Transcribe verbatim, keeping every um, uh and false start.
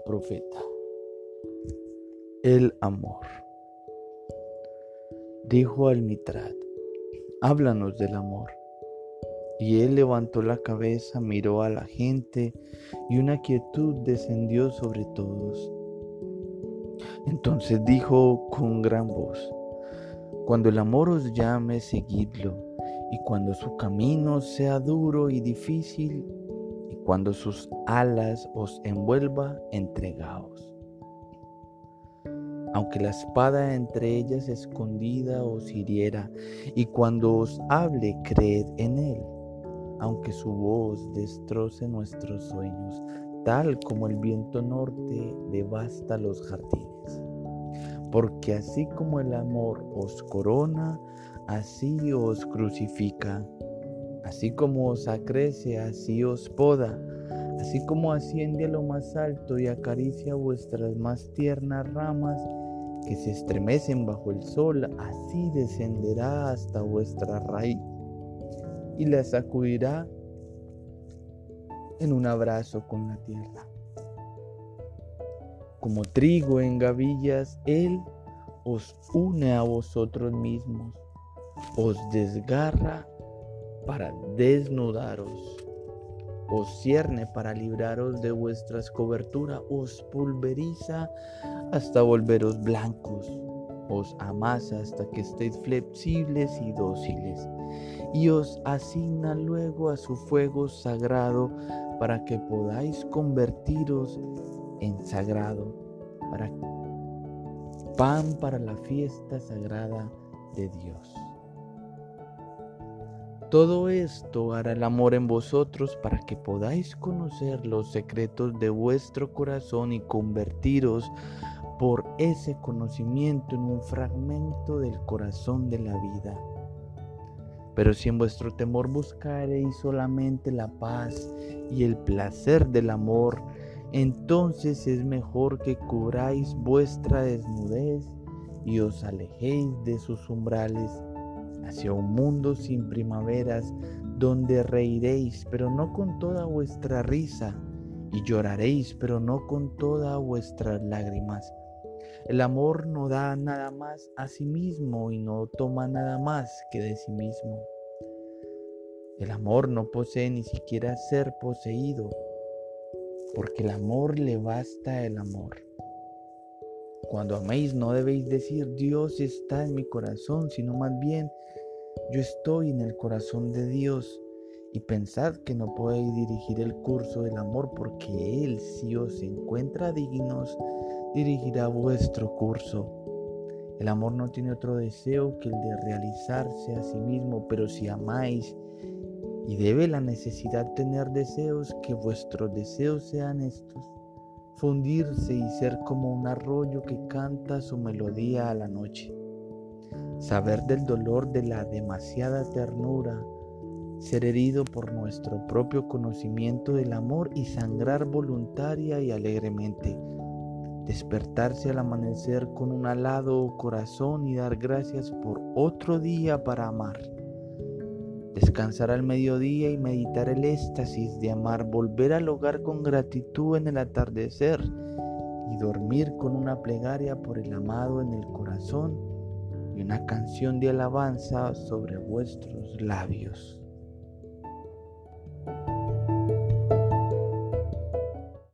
profeta. El amor. Dijo al Mitrat: háblanos del amor. Y él levantó la cabeza, miró a la gente, y una quietud descendió sobre todos. Entonces dijo con gran voz: cuando el amor os llame, seguidlo, y cuando su camino sea duro y difícil, y cuando sus alas os envuelva, entregaos. Aunque la espada entre ellas escondida os hiriera, y cuando os hable, creed en él. Aunque su voz destroce nuestros sueños, tal como el viento norte devasta los jardines. Porque así como el amor os corona, así os crucifica. Así como os acrece, así os poda. Así como asciende a lo más alto y acaricia vuestras más tiernas ramas que se estremecen bajo el sol, así descenderá hasta vuestra raíz y la sacudirá en un abrazo con la tierra. Como trigo en gavillas, Él os une a vosotros mismos, os desgarra para desnudaros, os cierne para libraros de vuestras coberturas, os pulveriza hasta volveros blancos, os amasa hasta que estéis flexibles y dóciles, y os asigna luego a su fuego sagrado para que podáis convertiros en sagrado, para pan para la fiesta sagrada de Dios. Todo esto hará el amor en vosotros para que podáis conocer los secretos de vuestro corazón y convertiros por ese conocimiento en un fragmento del corazón de la vida. Pero si en vuestro temor buscareis solamente la paz y el placer del amor, entonces es mejor que cubráis vuestra desnudez y os alejéis de sus umbrales hacia un mundo sin primaveras, donde reiréis, pero no con toda vuestra risa, y lloraréis, pero no con todas vuestras lágrimas. El amor no da nada más a sí mismo y no toma nada más que de sí mismo. El amor no posee ni siquiera ser poseído, porque el amor le basta el amor. Cuando améis no debéis decir Dios está en mi corazón, sino más bien yo estoy en el corazón de Dios, y pensad que no podéis dirigir el curso del amor, porque Él, si os encuentra dignos, dirigirá vuestro curso. El amor no tiene otro deseo que el de realizarse a sí mismo, pero si amáis, y debe la necesidad tener deseos, que vuestros deseos sean estos: fundirse y ser como un arroyo que canta su melodía a la noche. Saber del dolor de la demasiada ternura, ser herido por nuestro propio conocimiento del amor y sangrar voluntaria y alegremente. Despertarse al amanecer con un alado corazón y dar gracias por otro día para amar. Descansar al mediodía y meditar el éxtasis de amar, volver al hogar con gratitud en el atardecer y dormir con una plegaria por el amado en el corazón y una canción de alabanza sobre vuestros labios.